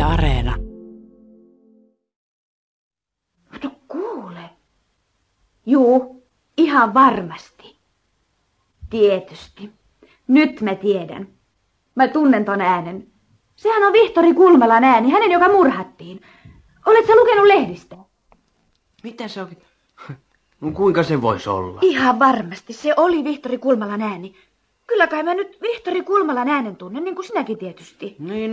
Areena. No kuule. Juu, ihan varmasti. Tietysti. Nyt mä tiedän. Mä tunnen ton äänen. Sehän on Vihtori Kulmalan ääni, hänen joka murhattiin. Olet sä lukenut lehdistä? Mitä se on? No kuinka se voisi olla? Ihan varmasti, se oli Vihtori Kulmalan ääni. Kyllä kai mä nyt Vihtori Kulmalan äänen tunnen, niin kuin sinäkin tietysti. Niin,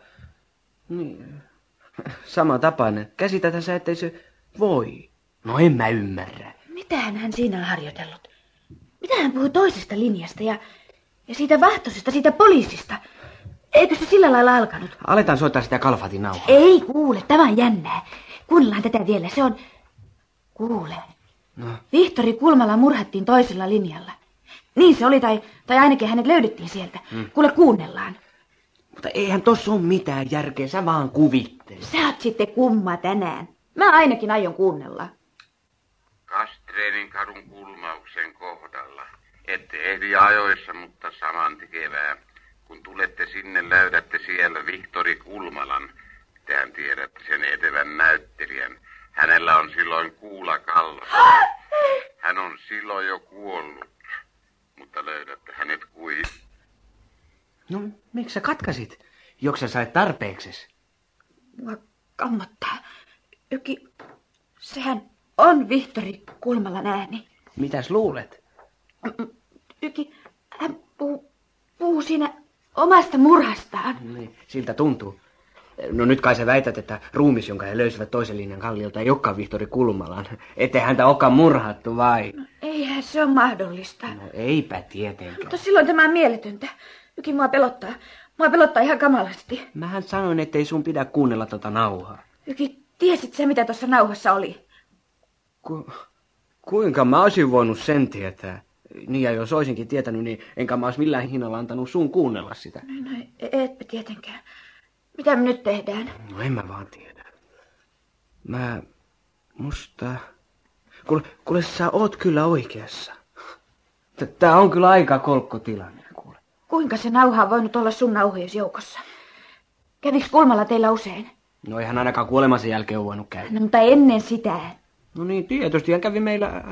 Niin. Sama tapainen. Käsitätä sä, ettei se voi. No en mä ymmärrä. Mitähän hän siinä on harjoitellut? Mitä hän puhui toisesta linjasta ja siitä vahtosesta, siitä poliisista? Eikö se sillä lailla alkanut? Aletaan soittaa sitä Kalfatin nauhaa. Ei kuule, tämä on jännää. Kuunnellaan tätä vielä, se on... Kuule. No. Vihtori Kulmala murhattiin toisella linjalla. Niin se oli, tai ainakin hänet löydettiin sieltä. Kuule, kuunnellaan. Mutta eihän tossa ole mitään järkeä, sä vaan kuvittelet. Sä oot sitten kumma tänään. Mä ainakin aion kuunnella. Kastreenin kadun kulmauksen kohdalla. Ette ehdi ajoissa, mutta saman tekevää. Kun tulette sinne, löydätte siellä Vihtori Kulmalan. Tehän tiedätte sen etevän näyttelijän. Hänellä on silloin kuula kallossa. Hän on silloin jo kuollut, mutta löydätte hänet kuin... No, miksi sä katkasit? Joko sä sait tarpeekses? Mua kammottaa. Yki, sehän on Vihtori Kulmalan ääni. Mitäs luulet? Yki, hän puhuu siinä omasta murhastaan. Niin, siltä tuntuu. No nyt kai sä väität, että ruumis, jonka he löysivät toisen linjan kalliolta, ei olekaan Vihtori Kulmalan. Ettei häntä olekaan murhattu, vai? No, eihän se ole mahdollista. No eipä tietenkään. Mutta silloin tämä on mieletöntä. Yki, mua pelottaa. Mua pelottaa ihan kamalasti. Mähän sanoin, ettei sun pidä kuunnella tota nauhaa. Yki, tiesit sä, mitä tuossa nauhassa oli? Kuinka mä olisin voinut sen tietää? Niin, ja jos olisinkin tietänyt, niin enkä mä olisi millään hinnalla antanut sun kuunnella sitä. No, etpä tietenkään. Mitä me nyt tehdään? No en mä vaan tiedä. Kuule, sä oot kyllä oikeassa. Tää on kyllä aika kolkkotilanne, kuule. Kuinka se nauha on voinut olla sun nauhojen joukossa? Käviks Kulmala teillä usein? No eihän ainakaan kuolemansa jälkeen ole voinut käydä. No mutta ennen sitä. No niin, tietysti hän kävi meillä,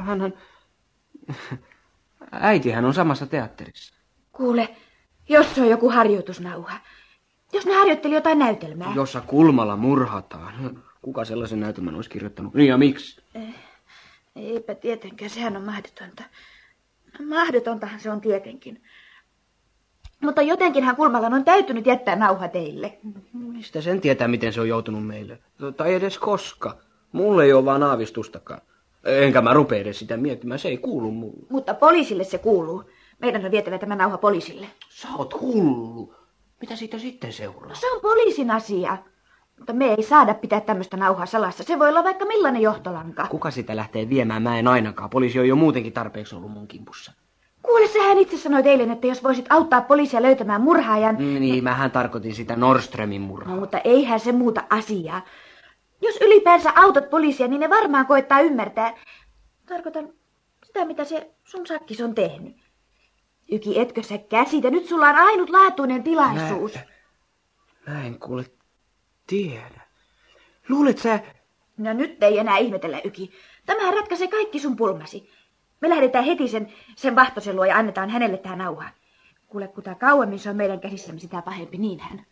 äitihän on samassa teatterissa. Kuule, jos se on joku harjoitusnauha. Jos ne harjoitteli jotain näytelmää. Jossa Kulmala murhataan. Kuka sellaisen näytelmän olisi kirjoittanut? Niin ja miksi? Eipä tietenkään, sehän on mahdotonta. Mahdotontahan se on tietenkin. Mutta jotenkinhan Kulmalan on täytynyt jättää nauha teille. Mistä sen tietää, miten se on joutunut meille? Tai edes koska. Mulle ei ole vaan aavistustakaan. Enkä mä rupea edes sitä miettimään, se ei kuulu mulle. Mutta poliisille se kuuluu. Meidän on vietävä tämä nauha poliisille. Sä oot hullu. Mitä siitä sitten seuraa? No, se on poliisin asia. Mutta me ei saada pitää tämmöistä nauhaa salassa. Se voi olla vaikka millainen johtolanka. Kuka sitä lähtee viemään? Mä en ainakaan. Poliisi on jo muutenkin tarpeeksi ollut mun kimpussa. Kuule, sähän itse sanoit eilen, että jos voisit auttaa poliisia löytämään murhaajan... Niin, mähän tarkoitin sitä Nordströmin murhaa. No, mutta eihän se muuta asiaa. Jos ylipäänsä autat poliisia, niin ne varmaan koettaa ymmärtää. Tarkoitan sitä, mitä se sun sakkis on tehnyt. Yki, etkö sä käsitä? Nyt sulla on ainutlaatuinen tilaisuus. Mä en kuule tiedä. Luulet sä... No nyt ei enää ihmetellä, Yki. Tämähän ratkaisee kaikki sun pulmasi. Me lähdetään heti sen vahtosen luo ja annetaan hänelle tää nauha. Kuule, kuta kauemmin se on meidän käsissämme, sitä pahempi, niin hän.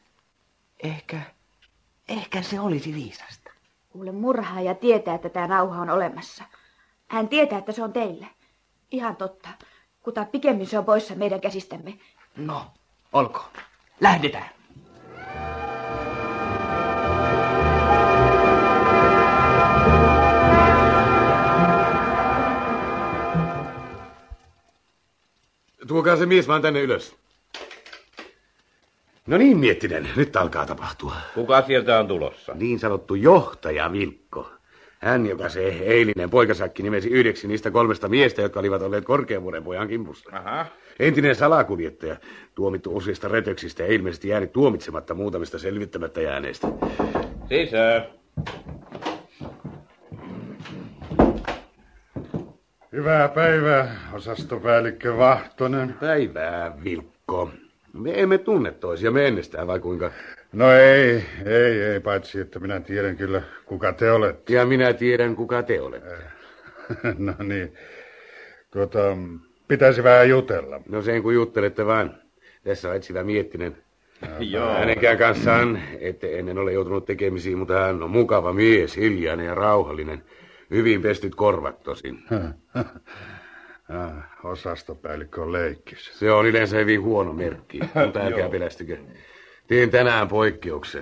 Ehkä se olisi viisasta. Kuule, murhaaja tietää, että tää nauha on olemassa. Hän tietää, että se on teillä. Ihan totta. Kuta pikemmin se on poissa meidän käsistämme. No, olkoon. Lähdetään. Tuokaa se mies vaan tänne ylös. No niin, Miettinen, nyt alkaa tapahtua. Kuka sieltä on tulossa? Niin sanottu johtaja Vilkko. Hän, joka se eilinen poikasakki nimesi yhdeksi niistä 3 miestä, jotka olivat olleet Korkeavuoren pojan kimpussa. Aha. Entinen salakuljettaja, tuomittu useista rötöksistä ja ilmeisesti jäänyt tuomitsematta muutamista selvittämättä jääneistä. Sisään. Hyvää päivää, osastopäällikkö Vahtonen. Päivää, Vilkko. Me emme tunne toisiamme ennestään, vai kuinka? No ei, paitsi että minä tiedän kyllä, kuka te olette. Ja minä tiedän, kuka te olette. No niin, pitäisi vähän jutella. No sen kun juttelette vaan. Tässä on etsivä Miettinen. Joo. Hänenkään kanssaan ette ennen ole joutunut tekemisiin, mutta hän on mukava mies, hiljainen ja rauhallinen. Hyvin pestyt korvat tosin. Osastopäällikkö on leikkis. Se on yleensä hyvin huono merkki, mutta älkää pelästykö. Teen tänään poikkeuksen.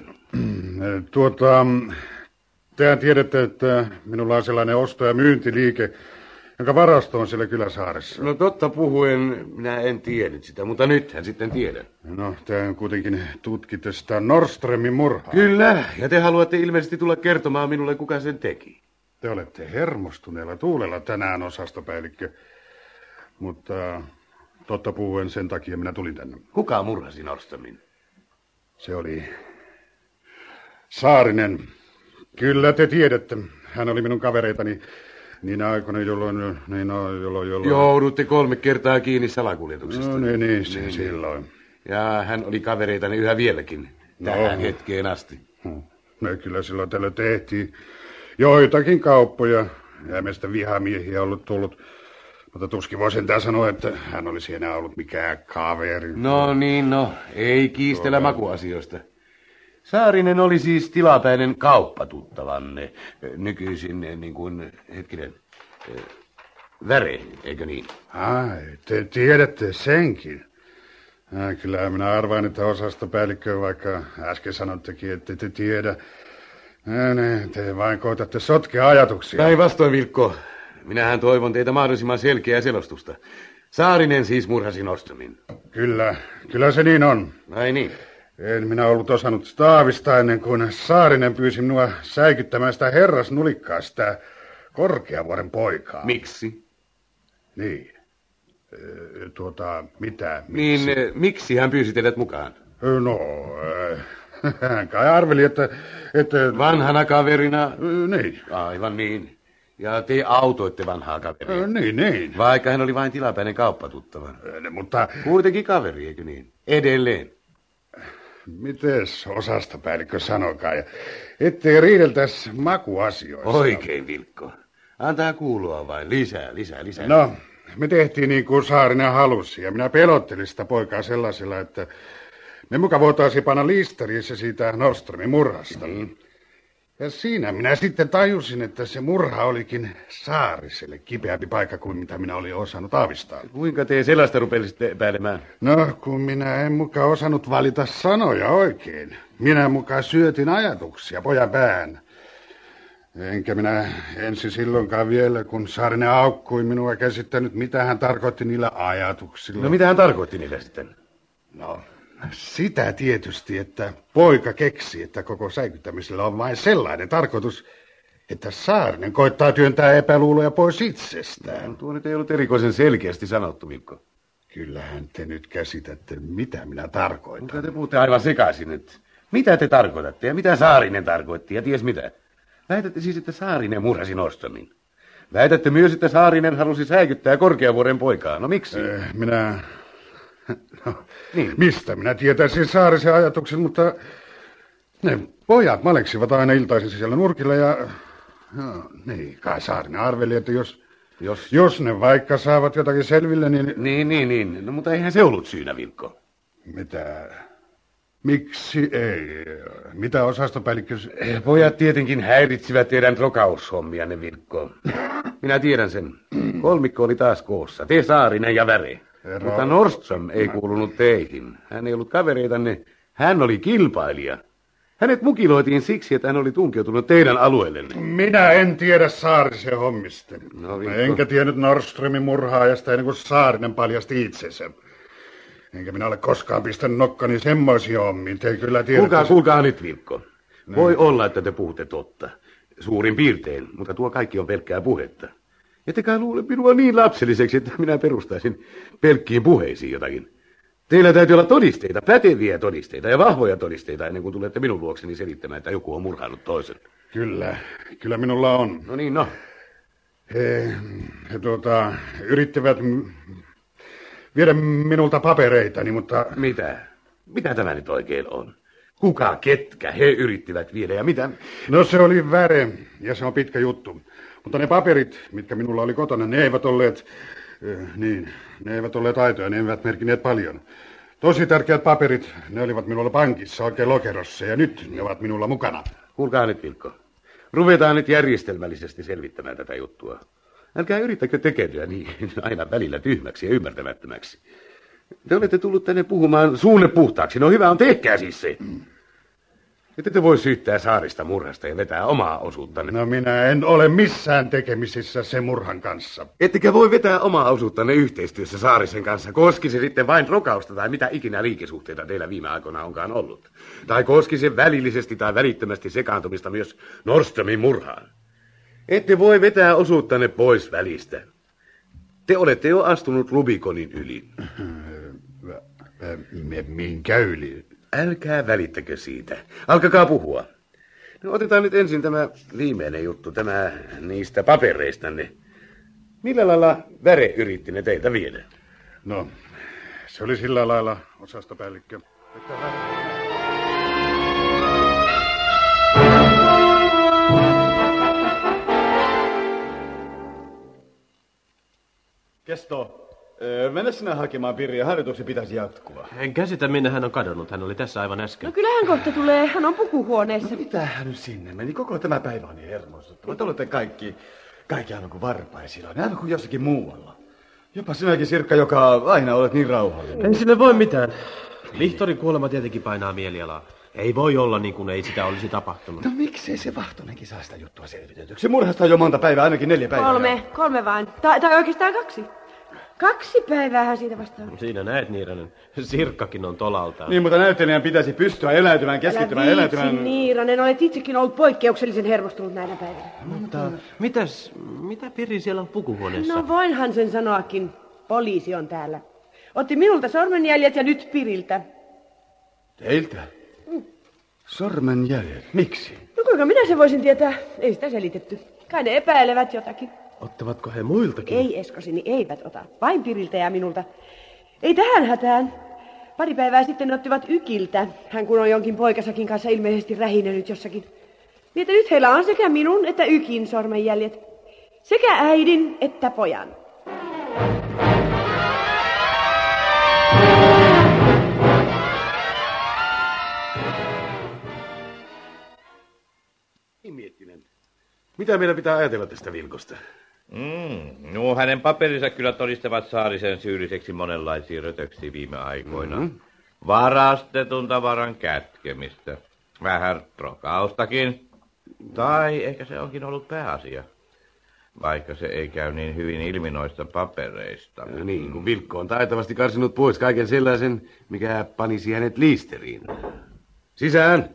Tehän tiedätte, että minulla on sellainen osto- ja myyntiliike, jonka varasto on siellä Kyläsaaressa. No totta puhuen, minä en tiennyt sitä, mutta nythän sitten tiedän. No, te kuitenkin tutkitte sitä Nordströmin murhaa. Kyllä, ja te haluatte ilmeisesti tulla kertomaan minulle, kuka sen teki. Te olette hermostuneella tuulella tänään, osastopäällikkö. Mutta totta puhuen sen takia minä tulin tänne. Kuka murhasi Nordströmin? Se oli Saarinen. Kyllä te tiedätte. Hän oli minun kavereitani niinä aikoina, jolloin... Joudutte 3 kertaa kiinni salakuljetuksesta. No niin, silloin. Ja hän oli kavereitani yhä vieläkin, tähän hetkeen asti. No kyllä silloin tällöin tehtiin joitakin kauppoja. Ja meistä vihamiehiä ollut tullut. Mutta tuskin voi sentään sanoa, että hän olisi enää ollut mikään kaveri. No niin, ei kiistellä makuasioista. Saarinen oli siis tilapäinen kauppatuttavanne. Nykyisin niin kuin, Väre, eikö niin? Ai, te tiedätte senkin. Kyllä minä arvaan, että osastopäällikkö, vaikka äsken sanottekin, että te tiedä. Te vain koetatte sotkea ajatuksia. Päinvastoin, Vilkko. Minähän toivon teitä mahdollisimman selkeää selostusta. Saarinen siis murhasi Nordströmin. Kyllä se niin on. Ai niin. En minä ollut osannut sitä aavistaa ennen kuin Saarinen pyysi minua säikyttämään sitä herrasnulikkaa, sitä Korkeavuoren poikaa. Miksi? Niin. Mitä? Miksi? Niin, miksi hän pyysi teidät mukaan? No, hän kai arveli, että... Vanhana kaverina? Niin. Aivan niin. Ja te autoitte vanhaa kaveria? Niin. Vaikka hän oli vain tilapäinen kauppatuttava. Mutta... Kuitenkin kaveri, eikö niin? Edelleen. Mites osastopäällikkö sanokaa? Ettei riideltäisi makuasioista. Oikein, Vilkko. Antaa kuulua vain. Lisää. No, me tehtiin niin kuin Saarinen halusi. Ja minä pelottelin sitä poikaa sellaisella, että me muka voitaisiin panna liisterissä siitä Nordströmin murhasta. Ja siinä minä sitten tajusin, että se murha olikin Saariselle kipeämpi paikka kuin mitä minä olin osannut aavistaa. Kuinka te sellaista rupelisitte epäilemään? No, kun minä en mukaan osannut valita sanoja oikein. Minä mukaan syötin ajatuksia pojan pään. Enkä minä ensin silloinkaan vielä, kun Saarinen aukkui minua käsittänyt, mitä hän tarkoitti niillä ajatuksilla. No, mitä hän tarkoitti niillä sitten? No, sitä tietysti, että poika keksi, että koko säikyttämisellä on vain sellainen tarkoitus, että Saarinen koittaa työntää epäluuloja pois itsestään. No, tuo nyt ei ollut erikoisen selkeästi sanottu, Mikko. Kyllähän te nyt käsitätte, mitä minä tarkoitan. Mutta te puhutte aivan sekaisin nyt. Mitä te tarkoitatte ja mitä Saarinen tarkoitti ja ties mitä? Väitätte siis, että Saarinen murhasi Nordströmin. Väitätte myös, että Saarinen halusi säikyttää Korkeavuoren poikaa. No miksi? Niin. Mistä minä tietäisin Saarisen ajatuksen, mutta ne pojat maleksivat aina iltaisin siellä nurkilla ja... No, niin, kai Saarinen arveli, että jos ne vaikka saavat jotakin selville, niin... Niin. No, mutta eihän se ollut syynä, Vilkko. Mitä? Miksi ei? Mitä osastopäällikkö... Pojat tietenkin häiritsivät teidän rokaushommianne, Vilkko. Minä tiedän sen. Kolmikko oli taas koossa. Te, Saarinen ja Väre. Mutta Nordström ei kuulunut teihin. Hän ei ollut kavereitanne. Hän oli kilpailija. Hänet mukiloitiin siksi, että hän oli tunkeutunut teidän alueellenne. Minä en tiedä Saarisen hommista. No, enkä tiennyt Nordströmin murhaajasta ennen kuin Saarinen paljasti itsensä. Enkä minä ole koskaan pistänyt nokkani semmoisia hommiin. Te kyllä tiedätte... Kuulkaa nyt, Vilkko. Voi olla, että te puhutte totta. Suurin piirtein, mutta tuo kaikki on pelkkää puhetta. Ettekä luule minua niin lapselliseksi, että minä perustaisin pelkkiin puheisiin jotakin. Teillä täytyy olla todisteita, päteviä todisteita ja vahvoja todisteita ennen kuin tulette minun luokseni selittämään, että joku on murhannut toisen. Kyllä minulla on. No niin, no. He yrittivät viedä minulta papereitani, mutta... Mitä tämä nyt oikein on? Kuka, ketkä he yrittivät viedä ja mitä? No se oli väre, ja se on pitkä juttu. Mutta ne paperit, mitkä minulla oli kotona, ne eivät olleet aitoja, ne eivät merkineet paljon. Tosi tärkeät paperit, ne olivat minulla pankissa oikein lokerossa, ja nyt ne ovat minulla mukana. Kuulkaa nyt, Vilkko. Ruvetaan nyt järjestelmällisesti selvittämään tätä juttua. Älkää yrittäkö tekeytyä niin aina välillä tyhmäksi ja ymmärtämättömäksi. Te olette tullut tänne puhumaan suunne puhtaaksi. No hyvä on, tehkää siis se. Ette te voi syyttää Saarista murhasta ja vetää omaa osuuttanne. No minä en ole missään tekemisissä sen murhan kanssa. Ettekä voi vetää omaa osuuttanne yhteistyössä Saarisen kanssa, koski se sitten vain rokausta tai mitä ikinä liikesuhteita teillä viime aikoina onkaan ollut. Tai koski se välillisesti tai välittömästi sekaantumista myös Nordströmin murhaan. Ette voi vetää osuuttanne pois välistä. Te olette jo astunut Rubikonin yli. Minkä yli? Älkää välittäkö siitä. Alkakaa puhua. No, otetaan nyt ensin tämä viimeinen juttu, tämä niistä papereistanne. Millä lailla väre yritti ne teiltä viedä? No, se oli sillä lailla, osastopäällikkö. Kesto. Mennä sinä hakemaan Pirriä, harjoituksen pitäisi jatkua. En käsitä, minne hän on kadonnut. Hän oli tässä aivan äsken. No kyllä hän kohta tulee. Hän on pukuhuoneessa. No mitä hän nyt sinne meni? Koko tämä päivä on niin hermostuttava. Te olette kaikki aivan kuin varpaisilla. Aivan kuin jossakin muualla. Jopa sinäkin, Sirkka, joka aina olet niin rauhallinen. En sille voi mitään. Vihtorin kuolema tietenkin painaa mielialaa. Ei voi olla niin kuin ei sitä olisi tapahtunut. No miksei se Vahtonenkin saa sitä juttua selvitetyksi? Murhasta on jo monta päivää, ainakin 4 päivää. 3 vain. Tai oikeastaan 2. 2 päiväähän siitä vastaan. Siinä näet, Niiranen. Sirkkakin on tolaltaan. Niin, mutta näyttelijän pitäisi pystyä eläytymään, keskittymään, eläytymään. Niiranen, olet itsekin ollut poikkeuksellisen hermostunut näinä päivinä. Mutta mitä Piri siellä on pukuhuoneessa? No voinhan sen sanoakin. Poliisi on täällä. Otti minulta sormenjäljet ja nyt Piriltä. Teiltä? Sormenjäljet? Miksi? No kuinka minä sen voisin tietää? Ei sitä selitetty. Kai ne epäilevät jotakin. Ottavatko he muiltakin? Ei, Eskosini, eivät ota. Vain Piriltä ja minulta. Ei tähän hätään. 2 päivää sitten ne ottivat Ykiltä. Hän kun on jonkin poikasakin kanssa ilmeisesti rähinenyt jossakin. Niin että nyt heillä on sekä minun että Ykin sormenjäljet. Sekä äidin että pojan. Miettinen. Mitä meidän pitää ajatella tästä Vilkosta? No, hänen paperinsa kyllä todistavat Saarisen syylliseksi monenlaisiin rötöksiin viime aikoina. Varastetun tavaran kätkemistä. Vähän trokaustakin. Tai ehkä se onkin ollut pääasia. Vaikka se ei käy niin hyvin ilmi noista papereista. No niin, kun Vilkko on taitavasti karsinut pois kaiken sellaisen, mikä panisi hänet liisteriin. Sisään!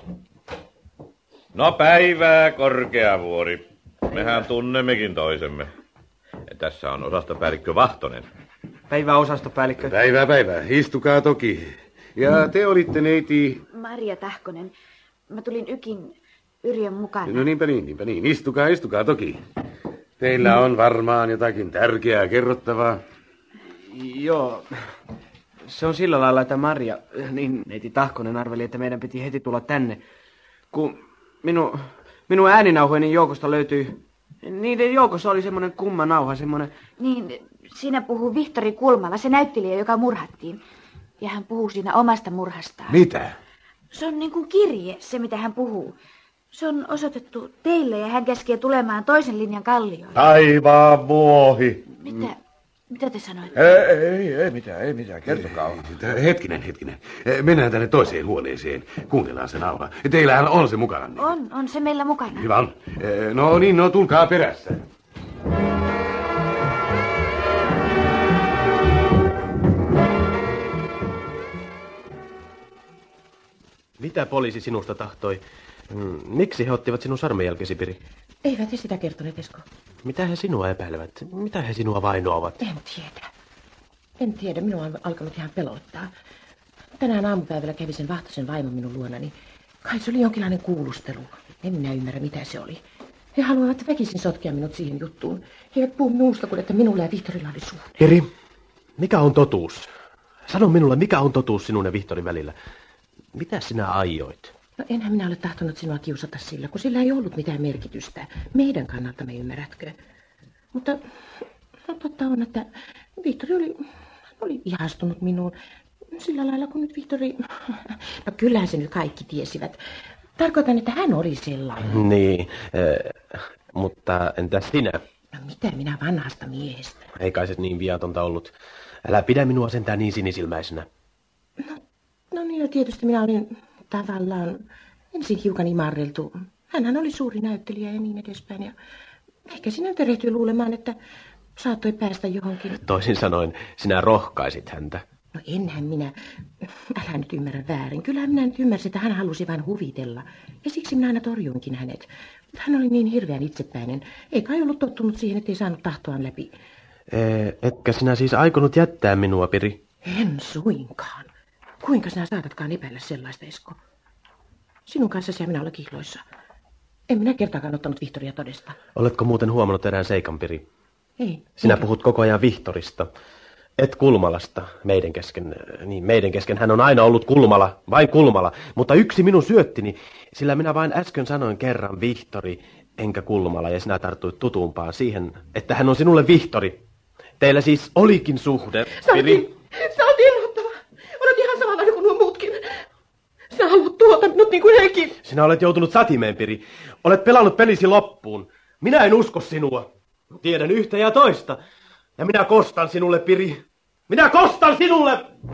No päivää, Korkeavuori. Mehän tunnemmekin toisemme. Ja tässä on osastopäällikkö Vahtonen. Päivää, osastopäällikkö. Päivää. Istukaa toki. Ja te olitte neiti... Maria Tähkönen. Mä tulin Yrjön mukana. No niinpä niin. Istukaa toki. Teillä on varmaan jotakin tärkeää kerrottavaa. Joo. Se on sillä lailla, että Maria, niin neiti Tahkonen arveli, että meidän piti heti tulla tänne. Kun minun ääninauhojen joukosta löytyi... Niiden joukossa oli semmoinen kumma nauha, semmoinen... Niin, siinä puhuu Vihtori Kulmala, se näyttelijä, joka murhattiin. Ja hän puhuu siinä omasta murhastaan. Mitä? Se on niin kuin kirje, se mitä hän puhuu. Se on osoitettu teille ja hän käskee tulemaan toisen linjan kallioon. Taivaan vuohi. Mitä te sanoitte? Ei mitään, kertokaa. Hetkinen. Mennään tänne toiseen huoneeseen. Kuunnellaan se nauha. Teillähän on se mukana. On se meillä mukana. Hyvä on. No niin, tulkaa perässä. Mitä poliisi sinusta tahtoi? Miksi he ottivat sinun sormenjälkesi, Piri? Eivät he sitä kertoneet, Esko. Mitä he sinua epäilevät? Mitä he sinua vainoavat? En tiedä, minua on alkanut ihan pelottaa. Tänään aamupäivällä kävi sen Vahtosen vaimo minun luonani. Kai se oli jonkinlainen kuulustelu. En minä ymmärrä, mitä se oli. He haluavat väkisin sotkea minut siihen juttuun. He eivät puhu muusta kuin, että minulla ja Vihtorilla oli suhde. Piri, mikä on totuus? Sano minulle, mikä on totuus sinun ja Vihtorin välillä? Mitä sinä aioit? No enhän minä ole tahtonut sinua kiusata sillä, kun sillä ei ollut mitään merkitystä. Meidän kannaltamme, ymmärrätkö? Mutta no, totta on, että Vihtori oli ihastunut minuun. Sillä lailla, kun nyt Vihtori... No kyllähän se nyt kaikki tiesivät. Tarkoitan, että hän oli sellainen. Niin, mutta entäs sinä? No mitä minä vanhasta miehestä? Ei kai se niin viatonta ollut. Älä pidä minua sentään niin sinisilmäisenä. No niin, no tietysti minä olin tavallaan ensin hiukan imarreltu. Hänhän oli suuri näyttelijä ja niin edespäin. Ja ehkä sinä perehtyi luulemaan, että saattoi päästä johonkin. Toisin sanoen, sinä rohkaisit häntä. No enhän minä, älä nyt ymmärrä väärin. Kyllähän minä nyt ymmärsin, että hän halusi vain huvitella. Ja siksi minä aina torjuinkin hänet. Hän oli niin hirveän itsepäinen. Ei kai ollut tottunut siihen, ettei saanut tahtoaan läpi. Etkä sinä siis aikonut jättää minua, Piri? En suinkaan. Kuinka sinä saatatkaan epäillä sellaista, Esko? Sinun kanssasi ja minä olla kihloissa. En minä kertaakaan ottanut Vihtoria todesta. Oletko muuten huomannut erään seikan, Piri? Ei. Sinä puhut koko ajan Vihtorista. Et Kulmalasta, meidän kesken. Niin, meidän kesken hän on aina ollut Kulmala, vain Kulmala. Mutta yksi minun syöttini, sillä minä vain äsken sanoin kerran Vihtori, enkä Kulmala, ja sinä tarttuit tutumpaan siihen, että hän on sinulle Vihtori. Teillä siis olikin suhde, Piri. Sä olet inhottava. Olet ihan samanlainen kuin nuo muutkin. Sä haluat tuhota minut niin kuin hekin. Sinä olet joutunut satimeen, Piri. Olet pelannut pelisi loppuun. Minä en usko sinua. Tiedän yhtä ja toista. Ja minä kostan sinulle, Piri. Minä kostan sinulle!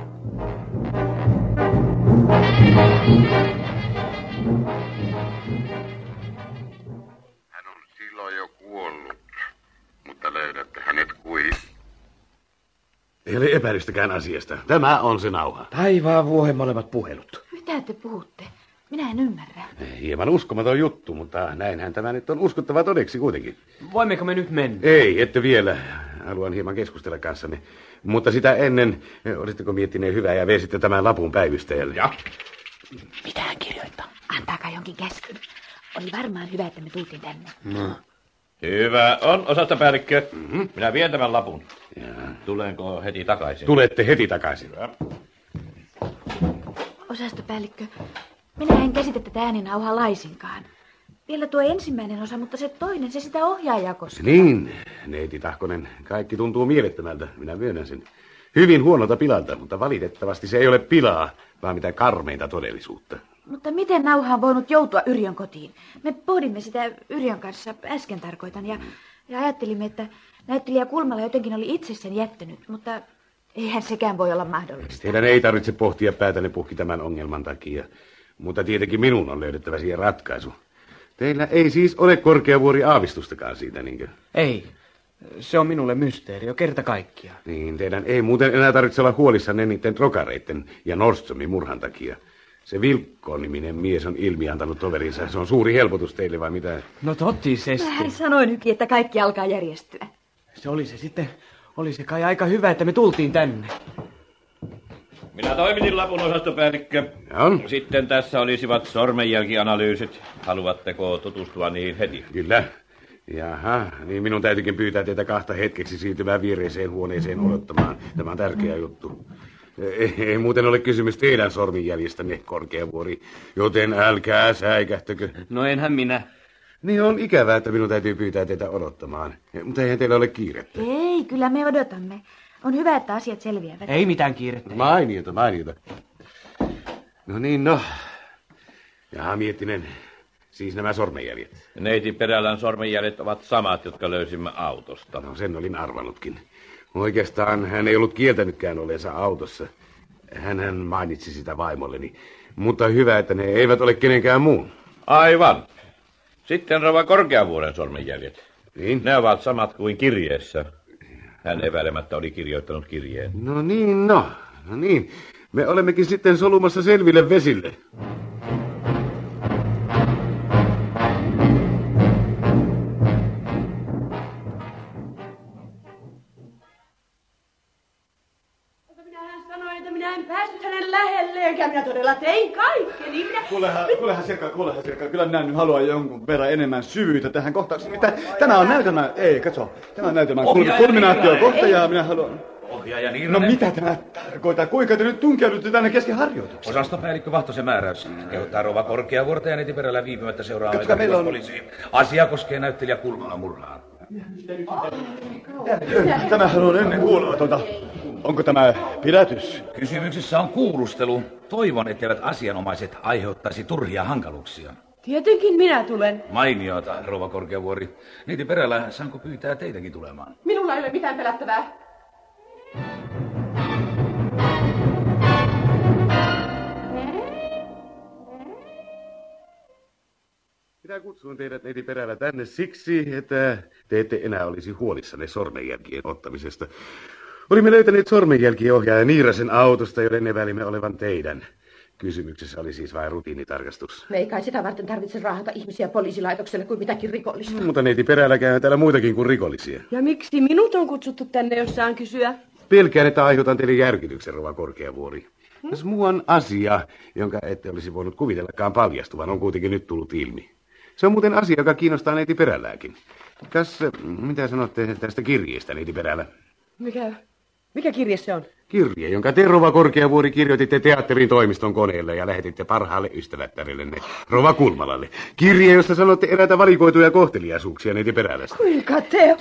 Hän on silloin jo kuollut, mutta löydätte hänet kuin... Ei ole epäilystäkään asiasta. Tämä on se nauha. Taivaan vuohen molemmat puhelut. Mitä te puhutte? Minä en ymmärrä. Hieman uskomaton juttu, mutta näinhän tämä nyt on uskottava todeksi kuitenkin. Voimmeko me nyt mennä? Ei, ette vielä. Haluan hieman keskustella kanssanne. Mutta sitä ennen, olisitteko miettineet hyvää ja veisitte tämän lapun päivystäjälle? Ja. Mitä hän kirjoittaa? Antaakaa jonkin käskyn. Oli varmaan hyvä, että me tultiin tänne. No. Hyvä on, osastopäällikkö. Minä vien tämän lapun. Tulenko heti takaisin? Tulette heti takaisin. Osastopäällikkö, minä en käsitä tätä ääninauhaa laisinkaan. Vielä tuo ensimmäinen osa, mutta se toinen, se sitä ohjaajaa koskee. Niin, neiti Tahkonen, kaikki tuntuu mielettömältä, minä myönnän sen. Hyvin huonolta pilalta, mutta valitettavasti se ei ole pilaa, vaan mitä karmeinta todellisuutta. Mutta miten nauha on voinut joutua Yrjön kotiin? Me pohdimme sitä Yrjön kanssa, äsken tarkoitan, ja ajattelimme, että näyttelijä Kulmala jotenkin oli itse sen jättänyt, mutta eihän sekään voi olla mahdollista. Teidän ei tarvitse pohtia päätänne puhki tämän ongelman takia, mutta tietenkin minun on löydettävä siihen ratkaisu. Teillä ei siis ole Korkeavuori aavistustakaan siitä, niinkö? Ei. Se on minulle mysteeri jo kerta kaikkiaan. Niin, teidän ei muuten enää tarvitse olla huolissanne niiden trokareiden ja Nordströmin murhan takia. Se Vilkko-niminen mies on ilmiantanut toverinsa. Se on suuri helpotus teille, vai mitä? No totisesti. Hän sanoi nytkin, että kaikki alkaa järjestyä. Se oli se sitten. Oli se kai aika hyvä, että me tultiin tänne. Minä toimitin lapun, osastopäällikkö. On. Sitten tässä olisivat sormenjälkianalyysit. Haluatteko tutustua niihin heti? Kyllä. Jaha, niin minun täytyykin pyytää teitä kahta hetkeksi siirtymään viereiseen huoneeseen odottamaan. Tämä on tärkeä juttu. Ei muuten ole kysymys teidän sorminjäljestänne, Korkeavuori, joten älkää säikähtökö. No enhän minä. Niin on ikävää, että minun täytyy pyytää teitä odottamaan. Mutta eihän teillä ole kiirettä. Ei, kyllä me odotamme. On hyvä, että asiat selviävät. Ei mitään kiirettä. Mainiota. No niin, no. Jaha, Miettinen. Siis nämä sormenjäljet. Neiti Perälän sormenjäljet ovat samat, jotka löysimme autosta. No sen olin arvannutkin. Oikeastaan hän ei ollut kieltänytkään olleensa autossa. Hänhän mainitsi sitä vaimolleni. Mutta hyvä, että ne eivät ole kenenkään muun. Aivan. Sitten rouva Korkeavuoren sormenjäljet. Niin? Ne ovat samat kuin kirjeessä. Hän epäilemättä oli kirjoittanut kirjeen. No niin. Me olemmekin sitten solumassa selville vesille. Minä en päässyt hänen lähelleen, minä todella tein kaikkeni. Kuulehan Sirkka, kyllä minä nyt haluan jonkun verran enemmän syvyyttä tähän kohtaukseen. Tämä on näytelmä, ei katso, tämä on näytelmän kulminaatio kohta ja minä haluan... Ohjaaja No Niiranen. mitä tämä tarkoittaa? Kuinka te nyt tunkeudutte tänne kesken harjoituksen? Osastopäällikkö Vahtosen määräys. Kehottaa rouva Korkeavuorta ja neiti Perällä viipymättä seuraamaan Koska meillä on- poliisiin. Asia koskee näyttelijä Kulmalan murhaa. Tämähän on ennen kuulumatonta. Onko tämä pidätys? Kysymyksessä on kuulustelu. Toivon, etteivät asianomaiset aiheuttaisi turhia hankaluuksia. Tietenkin minä tulen. Mainiota, rouva Korkeavuori. Neiti Perällä, saanko pyytää teitäkin tulemaan? Minulla ei ole mitään pelättävää. Minä kutsuin teidät neiti Perällä tänne siksi, että te ette enää olisi huolissanne sormenjälkien ottamisesta. Olimme löytäneet sormenjälkien ohjaaja Niirasen autosta, joiden epäilimme olevan teidän. Kysymyksessä oli siis vain rutiinitarkastus. Me ei kai sitä varten tarvitse raahata ihmisiä poliisilaitokselle kuin mitäkin rikollista. Mutta neiti Perälä käy täällä muitakin kuin rikollisia. Ja miksi minut on kutsuttu tänne, jos saan kysyä? Pelkään, että aiheutan teille järkytyksen, rouva Korkeavuori. Jos muuan asia, jonka ette olisi voinut kuvitellakaan paljastuvan, on kuitenkin nyt tullut ilmi. Se on muuten asia, joka kiinnostaa neiti Perälääkin. Mitä sanotte tästä kirjeestä, neiti Perälä? Mikä kirje se on? Kirje, jonka te, rouva Korkeavuori, kirjoititte teatterin toimiston koneelle ja lähetitte parhaalle ystävättärillenne, rouva Kulmalalle. Kirje, jossa sanotte eräitä valikoituja kohteliaisuuksia neiti Perälästä. Kuinka te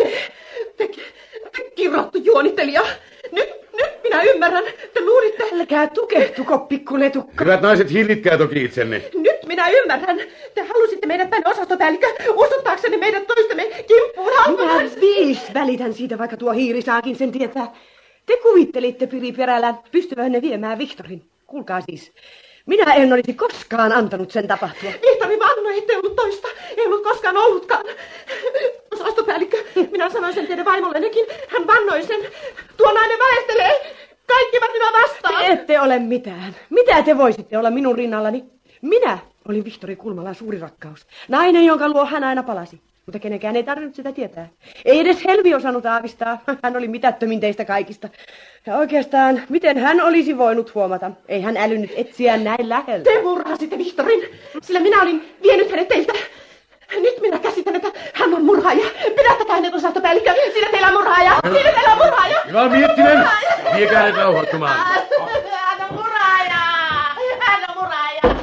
kirottu juonittelija? Nyt minä ymmärrän. Te luulitte... Älkää tukehtuko, pikkuletukka. Hyvät naiset, hillitkää toki itsenne. Nyt minä ymmärrän. Te halusitte meidät tänne osastopäällikkö uskottaakseni meidät toistemme kimppuun halpataan. Minä välitän siitä, vaikka tuo hiiri saakin sen tietää. Te kuvittelitte, Piri Perälä, pystyvänne viemään Vihtorin. Kuulkaa siis. Minä en olisi koskaan antanut sen tapahtua. Vihtori vannoi, ettei ollut toista. Ei ollut koskaan ollutkaan. Osastopäällikkö, minä sanoin sen teidän vaimollenekin. Hän vannoi sen. Tuo nainen väestelee. Kaikki ovat minua vastaan. Te ette ole mitään. Mitä te voisitte olla minun rinnallani? Minä olin Vihtori Kulmalan suuri rakkaus. Nainen, jonka luo hän aina palasi. Mutta kenenkään ei tarvinnut sitä tietää. Ei edes Helmi osannut aavistaa. Hän oli mitättömin teistä kaikista. Ja oikeastaan, miten hän olisi voinut huomata? Ei hän älynyt etsiä näin läheltä. Te murhasitte Vihtorin, sillä minä olin vienyt hänet teiltä. Nyt minä käsitän, että hän on murhaaja. Pidättäkää hänet osastopäällikkö. Siinä teillä on murhaaja. Siinä teillä on murhaaja. Hyvä Miettinen, viekää hänet rauhoittumaan. Hän on murhaaja. Hän on murhaaja.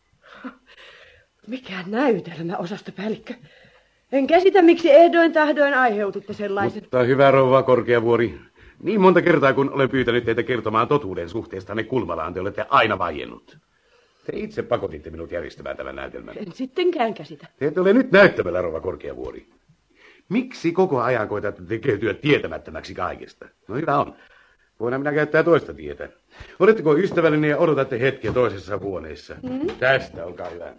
Mikä näytelmä, osastopäällikkö. En käsitä, miksi ehdoin tahdoin aiheutitte sellaisen. Mutta hyvä rouva Korkeavuori. Niin monta kertaa, kun olen pyytänyt teitä kertomaan totuuden suhteestanne Kulmalaan, te olette aina vaiennut. Te itse pakotitte minut järjestämään tämän näytelmän. En sittenkään käsitä. Te ette ole nyt näyttämällä, rouva Korkeavuori. Miksi koko ajan koetatte tekeytyä tietämättömäksi kaikesta? No hyvä on. Voidaan minä käyttää toista tietä. Oletteko ystävällinen ja odotatte hetken toisessa huoneessa? Tästä, olkaa hyvä.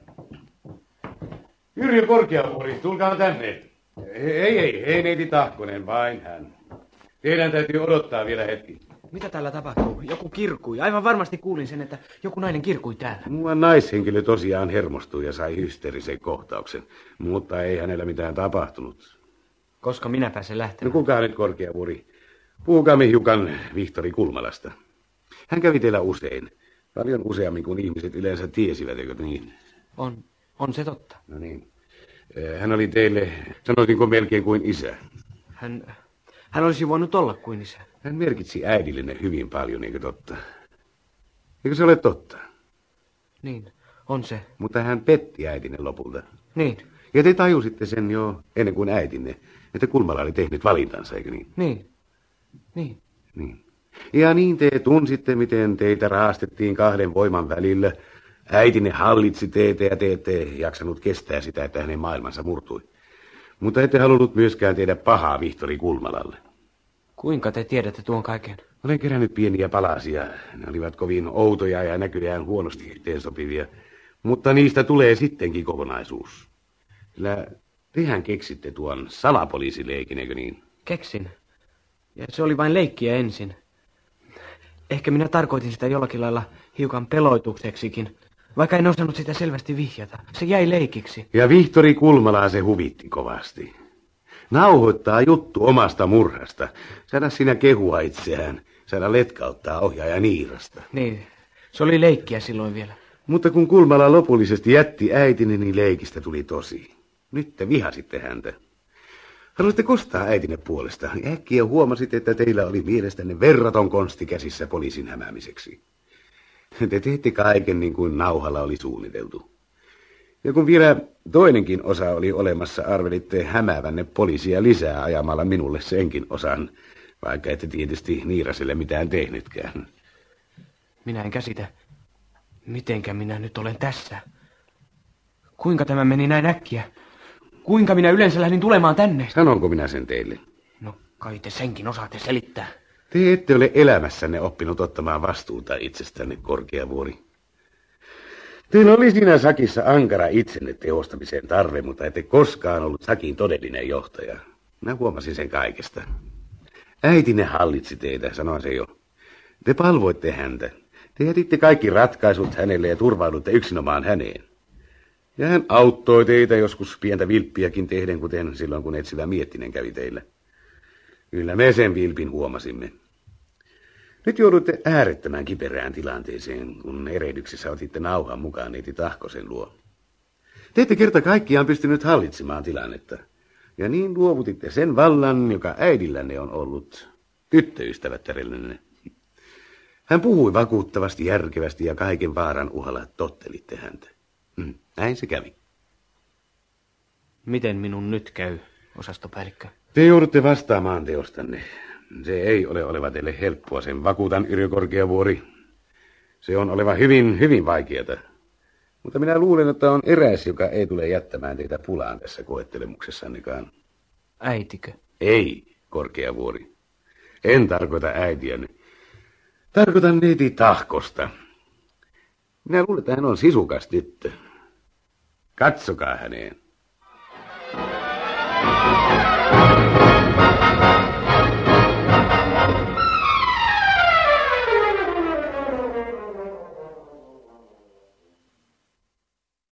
Yrjö Korkeavuori, tulkaa tänne. Ei neiti Tahkonen, vain hän. Teidän täytyy odottaa vielä hetki. Mitä täällä tapahtuu? Joku kirkui. Aivan varmasti kuulin sen, että joku nainen kirkui täällä. Muuan naishenkilö tosiaan hermostui ja sai hysteerisen kohtauksen, mutta ei hänellä mitään tapahtunut. Koska minä pääsen lähtemään? No kuka nyt Korkeavuori? Puhukaamme hiukan Vihtori Kulmalasta. Hän kävi teillä usein. Paljon useammin kuin ihmiset yleensä tiesivät, eikö niin? On se totta. No niin. Hän oli teille, sanoisinko melkein kuin isä. Hän olisi voinut olla kuin isä. Hän merkitsi äidillenne hyvin paljon, eikö totta? Eikö se ole totta? Niin, on se. Mutta hän petti äitinne lopulta. Niin. Ja te tajusitte sen jo ennen kuin äitinne, että Kulmala oli tehnyt valintansa, eikö niin? Niin. Ja niin te tunsitte, miten teitä raastettiin kahden voiman välillä. Äitinne hallitsi teitä ja te ette jaksanut kestää sitä, että hänen maailmansa murtui. Mutta ette halunnut myöskään tehdä pahaa Vihtori Kulmalalle. Kuinka te tiedätte tuon kaiken? Olen kerännyt pieniä palasia. Ne olivat kovin outoja ja näköjään huonosti yhteensopivia. Mutta niistä tulee sittenkin kokonaisuus. Sillä tehän keksitte tuon salapoliisileikin, eikö niin? Keksin. Ja se oli vain leikkiä ensin. Ehkä minä tarkoitin sitä jollakin lailla hiukan peloitukseksikin. Vaikka en osannut sitä selvästi vihjata. Se jäi leikiksi. Ja Vihtori Kulmalaa se huvitti kovasti. Nauhoittaa juttu omasta murhasta. Saada sinä kehua itseään. Saada letkauttaa ohjaaja Niirasta. Niin, se oli leikkiä silloin vielä. Mutta kun Kulmala lopullisesti jätti äitini, niin leikistä tuli tosi. Nyt te vihasitte häntä. Haluatte kostaa äitinne puolesta. Äkkiä huomasit, että teillä oli mielestänne verraton konsti käsissä poliisin hämäämiseksi. Te teette kaiken niin kuin nauhalla oli suunniteltu. Ja kun vielä toinenkin osa oli olemassa, arvelitte hämäävänne poliisia lisää ajamalla minulle senkin osan, vaikka ette tietysti Niiraselle mitään tehnytkään. Minä en käsitä, mitenkä minä nyt olen tässä. Kuinka tämä meni näin äkkiä? Kuinka minä yleensä lähdin tulemaan tänne? Sanonko minä sen teille? No, kai te senkin osaatte selittää. Te ette ole elämässänne oppinut ottamaan vastuuta itsestänne, Korkeavuori. Teillä oli siinä sakissa ankara itsenne tehostamiseen tarve, mutta ette koskaan ollut sakin todellinen johtaja. Mä huomasin sen kaikesta. Äitinne hallitsi teitä, sanoin se jo. Te palvoitte häntä. Te jätitte kaikki ratkaisut hänelle ja turvaudutte yksinomaan häneen. Ja hän auttoi teitä joskus pientä vilppiäkin tehden, kuten silloin kun etsivä Miettinen kävi teillä. Kyllä me sen vilpin huomasimme. Nyt jouduitte äärettömän kiperään tilanteeseen, kun erehdyksessä otitte nauhan mukaan neiti Tahkosen luo. Te ette kerta kaikkiaan pystynyt hallitsemaan tilannetta. Ja niin luovutitte sen vallan, joka äidillänne on ollut tyttöystävättärellenne. Hän puhui vakuuttavasti, järkevästi ja kaiken vaaran uhalla tottelitte häntä. Näin se kävi. Miten minun nyt käy, osastopäällikkö? Te joudutte vastaamaan teostanne. Se ei ole oleva teille helppoa, sen vakuutan, Yrjö Korkeavuori. Se on oleva hyvin, hyvin vaikeata. Mutta minä luulen, että on eräs, joka ei tule jättämään teitä pulaan tässä koettelemuksessannekaan. Äitikö? Ei, Korkeavuori. En tarkoita äitiänne. Tarkoitan neiti Tahkosta. Minä luulen, että hän on sisukas tyttö. Katsokaa häneen.